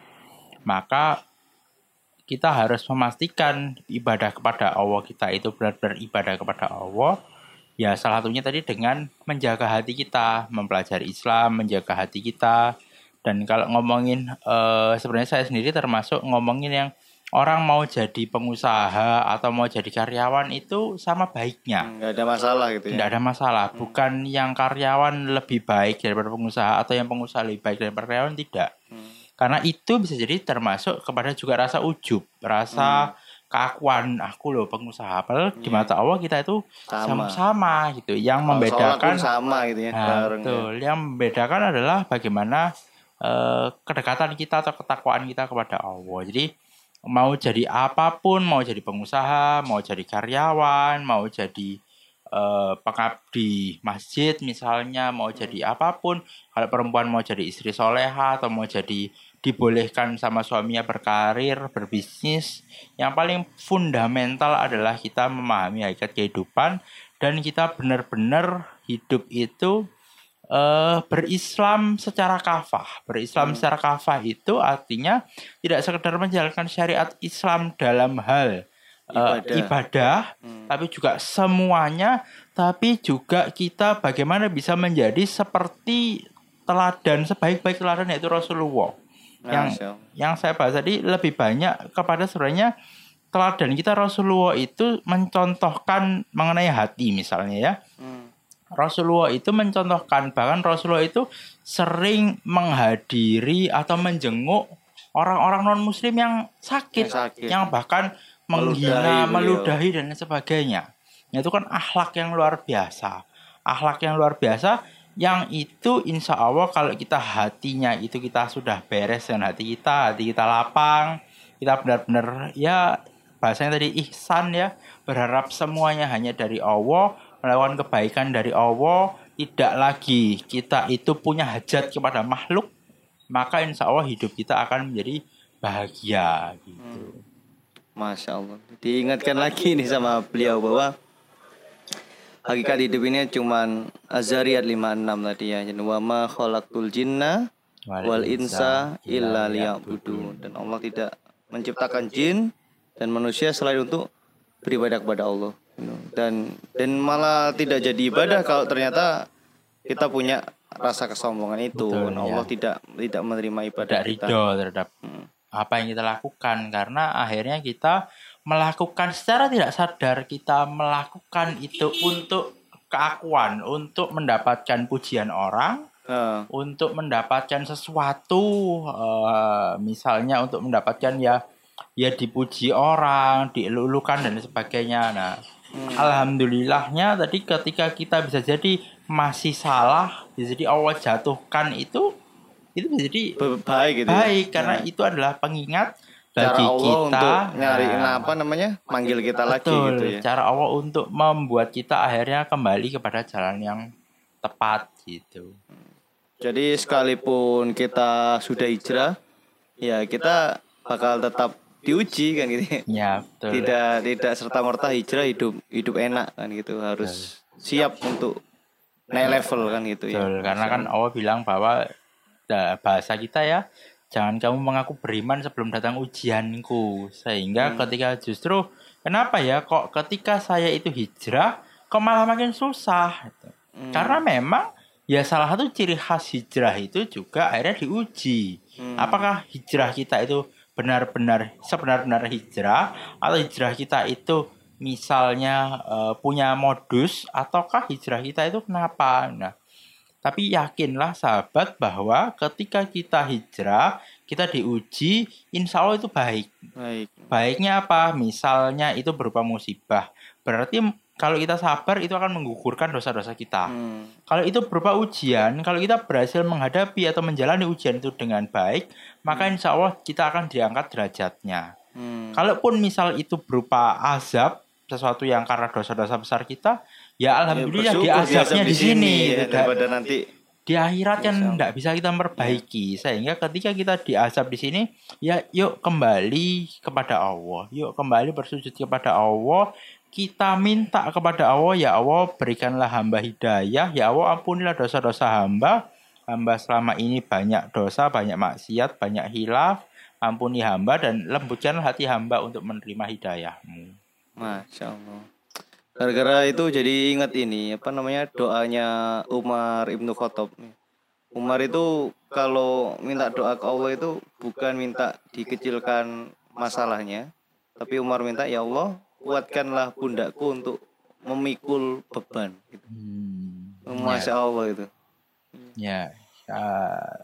Maka kita harus memastikan ibadah kepada Allah kita itu benar-benar ibadah kepada Allah. Ya, salah satunya tadi dengan menjaga hati kita, mempelajari Islam, menjaga hati kita. Dan kalau ngomongin, eh, sebenarnya saya sendiri termasuk ngomongin yang orang mau jadi pengusaha atau mau jadi karyawan itu sama baiknya.
Nggak ada masalah gitu ya?
Nggak ada masalah. Hmm. Bukan yang karyawan lebih baik daripada pengusaha atau yang pengusaha lebih baik daripada karyawan, tidak. Hmm. Karena itu bisa jadi termasuk kepada juga rasa ujub, rasa hmm. keakuan aku loh pengusaha. Padahal yeah. di mata Allah kita itu sama, sama gitu. Yang Kalo membedakan
sama gitu ya.
Nah, betul. Ya. Yang membedakan adalah bagaimana uh, kedekatan kita atau ketakwaan kita kepada Allah. Jadi mau jadi apapun, mau jadi pengusaha, mau jadi karyawan, mau jadi uh, pengabdi masjid misalnya, mau jadi apapun. Kalau perempuan mau jadi istri soleha atau mau jadi dibolehkan sama suaminya berkarir, berbisnis, yang paling fundamental adalah kita memahami hakikat kehidupan dan kita benar-benar hidup itu uh, berislam secara kafah. Berislam hmm. secara kafah itu artinya tidak sekedar menjalankan syariat Islam dalam hal uh, ibadah, ibadah hmm. tapi juga semuanya, tapi juga kita bagaimana bisa menjadi seperti teladan, sebaik-baik teladan yaitu Rasulullah. Yang nah, yang saya bahas tadi lebih banyak kepada sebenarnya teladan kita Rasulullah itu mencontohkan mengenai hati misalnya ya. Hmm. Rasulullah itu mencontohkan, bahkan Rasulullah itu sering menghadiri atau menjenguk orang-orang non muslim yang sakit, yang, sakit. yang bahkan menghina, meludahi dan sebagainya. Itu kan akhlak yang luar biasa. Akhlak yang luar biasa yang itu insya Allah kalau kita hatinya itu kita sudah beres dengan hati kita, hati kita lapang, kita benar-benar ya bahasanya tadi ihsan ya, berharap semuanya hanya dari Allah, melakukan kebaikan dari Allah, tidak lagi kita itu punya hajat kepada makhluk, maka insya Allah hidup kita akan menjadi bahagia gitu.
Masya Allah. Diingatkan lagi nih sama beliau bahwa hakikat hidup ini cuman Az-Zariyat lima puluh enam tadi ya. Wa ma khalaqtul jinna wal insa illa liya'budun. Dan Allah tidak menciptakan jin dan manusia selain untuk beribadah kepada Allah. Dan dan malah tidak jadi ibadah kalau ternyata kita punya rasa kesombongan itu. Betul, Allah ya. tidak tidak menerima ibadah
tidak
kita.
Ridho terhadap hmm. apa yang kita lakukan, karena akhirnya kita melakukan secara tidak sadar, kita melakukan itu untuk keakuan, untuk mendapatkan pujian orang, uh. untuk mendapatkan sesuatu, uh, misalnya untuk mendapatkan ya ya dipuji orang, dielulukan dan sebagainya. Nah, hmm. alhamdulillahnya tadi ketika kita bisa jadi masih salah, bisa jadi Allah jatuhkan itu, itu bisa jadi
baik, gitu
baik
ya?
Karena
nah.
itu adalah pengingat
bagi
cara Allah
kita
untuk
nyariin nah, apa namanya manggil kita betul, lagi gitu ya.
Cara Allah untuk membuat kita akhirnya kembali kepada jalan yang tepat gitu.
Jadi sekalipun kita sudah hijrah, ya kita bakal tetap diuji kan gitu.
Ya, betul.
Tidak tidak serta merta hijrah hidup hidup enak kan gitu, harus betul. siap untuk naik level kan gitu
betul,
ya.
Karena kan Allah bilang bahwa bahasa kita ya, jangan kamu mengaku beriman sebelum datang ujianku. Sehingga hmm. ketika justru kenapa ya kok ketika saya itu hijrah kok malah makin susah gitu. hmm. Karena memang ya salah satu ciri khas hijrah itu juga akhirnya diuji. hmm. Apakah hijrah kita itu benar-benar sebenar-benar hijrah, atau hijrah kita itu misalnya uh, punya modus, ataukah hijrah kita itu kenapa? Nah, tapi yakinlah sahabat bahwa ketika kita hijrah, kita diuji, insya Allah itu baik.
Baik.
Baiknya apa? Misalnya itu berupa musibah. Berarti kalau kita sabar itu akan menggugurkan dosa-dosa kita. Hmm. Kalau itu berupa ujian, kalau kita berhasil menghadapi atau menjalani ujian itu dengan baik, maka insya Allah kita akan diangkat derajatnya. Hmm. Kalaupun misal itu berupa azab, sesuatu yang karena dosa-dosa besar kita, ya alhamdulillah ya, di azabnya di sini
ya, daripada nanti
di akhirat kan tidak bisa kita memperbaiki. Ya. Sehingga ketika kita diazab di sini, ya yuk kembali kepada Allah, yuk kembali bersujud kepada Allah, kita minta kepada Allah, ya Allah berikanlah hamba hidayah, ya Allah ampunilah dosa-dosa hamba, hamba selama ini banyak dosa, banyak maksiat, banyak hilaf, ampuni hamba dan lembutkanlah hati hamba untuk menerima hidayahmu.
Masya Allah. Gara-gara itu jadi ingat ini apa namanya doanya Umar Ibnu Khattab. Umar itu kalau minta doa ke Allah itu bukan minta dikecilkan masalahnya, tapi Umar minta, ya Allah kuatkanlah pundakku untuk memikul beban. Gitu. Hmm, Masya ya. Allah itu.
Ya, uh,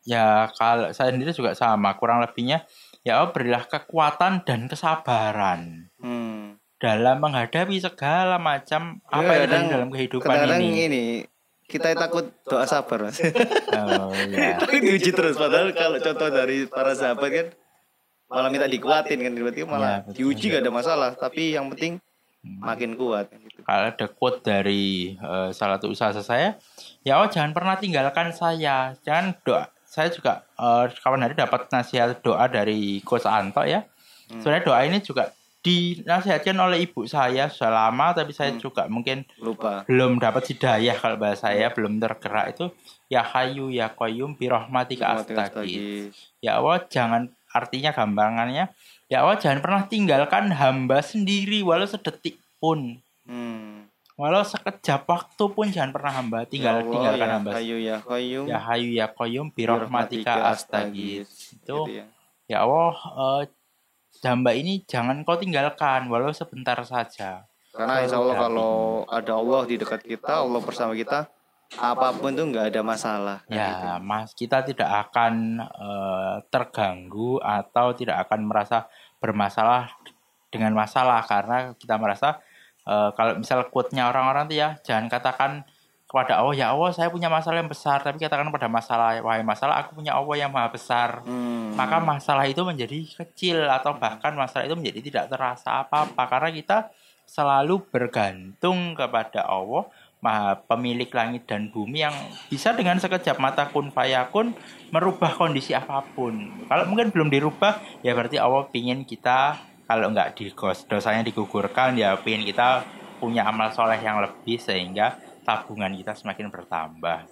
Ya kalau saya sendiri juga sama, kurang lebihnya ya Allah berilah kekuatan dan kesabaran
Hmm.
dalam menghadapi segala macam apa yang
Kadang-kadang
terjadi dalam kehidupan
kadang-kadang
ini.
ini kita takut doa sabar, Mas.
Oh ya.
Takut diuji terus, padahal kalau contoh dari para sahabat kan malah minta dikuatin kan, berarti malah
Ya, betul.
diuji gak ada masalah, tapi yang penting makin kuat kan, gitu.
Kalau ada quote dari eh, salah satu usaha saya, ya Allah jangan pernah tinggalkan saya, jangan doa. Saya juga eh, kawan hari dapat nasihat doa dari Coach Anto ya.
Hmm.
Sebenarnya doa ini juga dinasihatkan oleh ibu saya sudah lama, tapi saya
Hmm.
juga mungkin
Lupa.
belum dapat hidayah kalau bahasa saya, belum tergerak itu. Ya Hayyu ya Qayyum bi rahmatika astaghiits. Ya Allah jangan, artinya gampangannya, ya Allah jangan pernah tinggalkan hamba sendiri walau sedetik pun.
Hmm.
Walau sekejap waktu pun jangan pernah hamba tinggal
Ya Allah,
tinggalkan
ya
hamba.
Hayyu ya Qayyum.
Ya Hayyu ya Qayyum bi rahmatika astaghiits. Itu
Gitu ya.
ya Allah, eh, hamba ini jangan kau tinggalkan walau sebentar saja.
Karena insya Allah
Kalau
kalau ada Allah di dekat kita, Allah bersama kita, apapun tuh nggak ada masalah. kan, gitu.
Ya, Mas, kita tidak akan eh, terganggu atau tidak akan merasa bermasalah dengan masalah karena kita merasa eh, kalau misal quote-nya orang-orang tuh ya, jangan katakan kepada Allah, ya Allah saya punya masalah yang besar, tapi katakan pada masalah, wahai masalah aku punya Allah yang maha besar.
Hmm.
Maka masalah itu menjadi kecil atau bahkan masalah itu menjadi tidak terasa apa-apa karena kita selalu bergantung kepada Allah, Maha pemilik langit dan bumi yang bisa dengan sekejap mata kun fayakun merubah kondisi apapun. Kalau mungkin belum dirubah, ya berarti Allah pingin kita, kalau enggak digos, dosanya digugurkan, ya pingin kita punya amal soleh yang lebih sehingga tabungan kita semakin bertambah.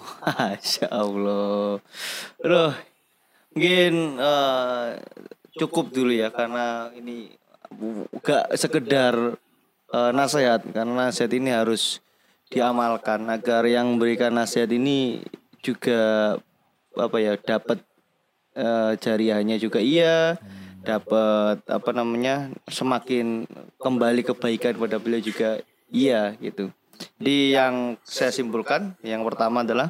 Masya Allah. Aduh, mungkin uh, cukup dulu ya karena ini gak sekedar uh, nasihat, karena nasihat ini harus diamalkan agar yang memberikan nasihat ini juga apa ya dapat uh, jariahnya juga iya, dapat apa namanya semakin kembali kebaikan kepada beliau juga iya gitu. Jadi yang saya simpulkan yang pertama adalah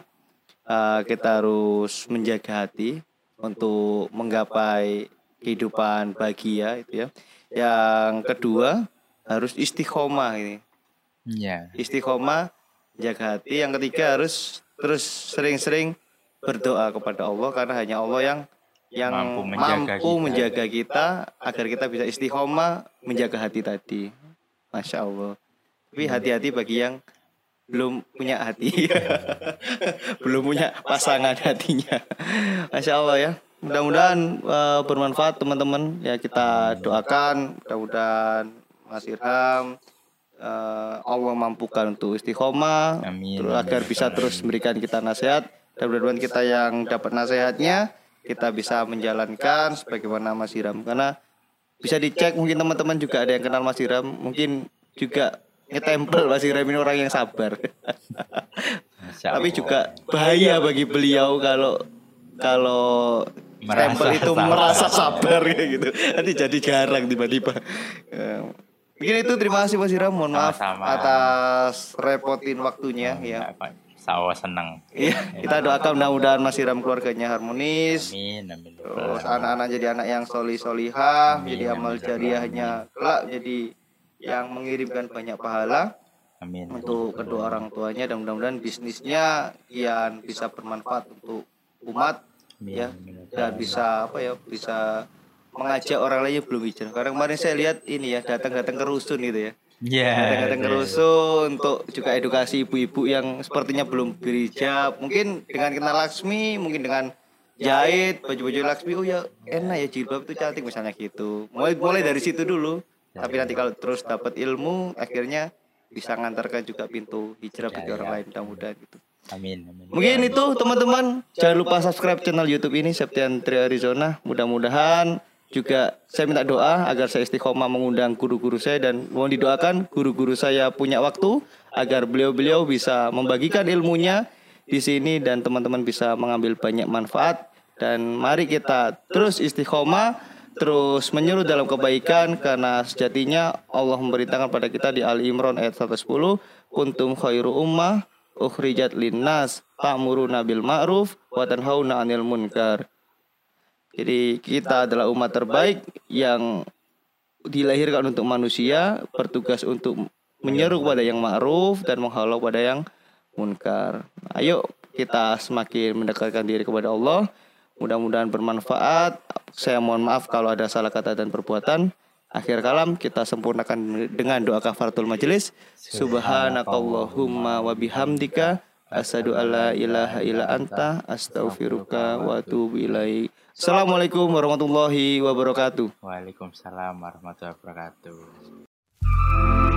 uh, kita harus menjaga hati untuk menggapai kehidupan bahagia itu ya. Yang kedua harus istiqomah ini.
Ya.
Istiqomah jaga hati. Yang ketiga harus terus sering-sering berdoa kepada Allah karena hanya Allah yang yang
Mampu menjaga
mampu
kita.
menjaga kita agar kita bisa istiqomah menjaga hati tadi. Masya Allah. Tapi hati-hati bagi yang belum punya hati, belum punya pasangan hatinya. Masya Allah ya. Mudah-mudahan uh, bermanfaat teman-teman. Ya kita doakan mudah-mudahan Mas Irham uh, Allah mampukan untuk istiqomah,
Amin.
terus agar bisa terus memberikan kita nasihat. Dan mudah-mudahan kita yang dapat nasihatnya kita bisa menjalankan sebagaimana Mas Irham. Karena bisa dicek mungkin teman-teman juga ada yang kenal Mas Irham, mungkin juga ngetempel Mas Irham ini orang yang sabar. Tapi juga bahaya bagi beliau kalau kalau
Merasa
stempel itu
sabar.
merasa sabar kayak gitu. Nanti jadi jarang tiba-tiba. Ya. Mungkin itu, terima kasih Mas Irham. Mohon maaf
Sama-sama.
atas repotin waktunya ya.
Sawa senang.
Iya, kita doakan mudah-mudahan Mas Irham keluarganya harmonis.
Amin, amin.
Terus anak-anak jadi anak yang solih solihah,
Amin,
jadi amal
amin.
jariahnya kelak jadi yang mengirimkan banyak pahala
Amin.
untuk kedua orang tuanya, dan mudah-mudahan bisnisnya kian bisa bermanfaat untuk umat
Amin,
ya,
amin.
dan bisa apa ya bisa mengajak orang lain yang belum hijrah. Karena kemarin saya lihat ini ya datang-datang ke rusun gitu ya.
Ya.
Datang-datang ke rusun untuk juga edukasi ibu-ibu yang sepertinya belum berhijab. Mungkin dengan kenal Laksmi, mungkin dengan jahit baju-baju Laksmi, oh ya enak ya jilbab itu cantik misalnya gitu. Mulai mulai dari situ dulu. Tapi nanti kalau terus dapat ilmu, akhirnya bisa ngantarkan juga pintu hijrah bagi
Ya,
orang
ya.
lain, mudah-mudahan gitu.
Amin, amin.
Mungkin itu teman-teman, jangan lupa subscribe channel YouTube ini Septian Tri Arizona. Mudah-mudahan juga saya minta doa agar saya istiqomah mengundang guru-guru saya, dan mohon didoakan guru-guru saya punya waktu agar beliau-beliau bisa membagikan ilmunya di sini dan teman-teman bisa mengambil banyak manfaat. Dan mari kita terus istiqomah, terus menyuruh dalam kebaikan, karena sejatinya Allah memberitakan pada kita di Ali Imran ayat seratus sepuluh, kuntum khairu ummah ukhrijat linnas ta'muruna bil ma'ruf wa tanhauna 'anil munkar. Jadi kita adalah umat terbaik yang dilahirkan untuk manusia, bertugas untuk menyeru pada yang ma'ruf dan menghalau pada yang munkar. Ayo kita semakin mendekatkan diri kepada Allah. Mudah-mudahan bermanfaat. Saya mohon maaf kalau ada salah kata dan perbuatan. Akhir kalam kita sempurnakan dengan doa kafaratul majelis. Subhanakallahumma wa bihamdika asyhadu alla ilaha illa anta astaghfiruka wa atubu ilaik. Assalamualaikum warahmatullahi wabarakatuh.
Waalaikumsalam warahmatullahi wabarakatuh.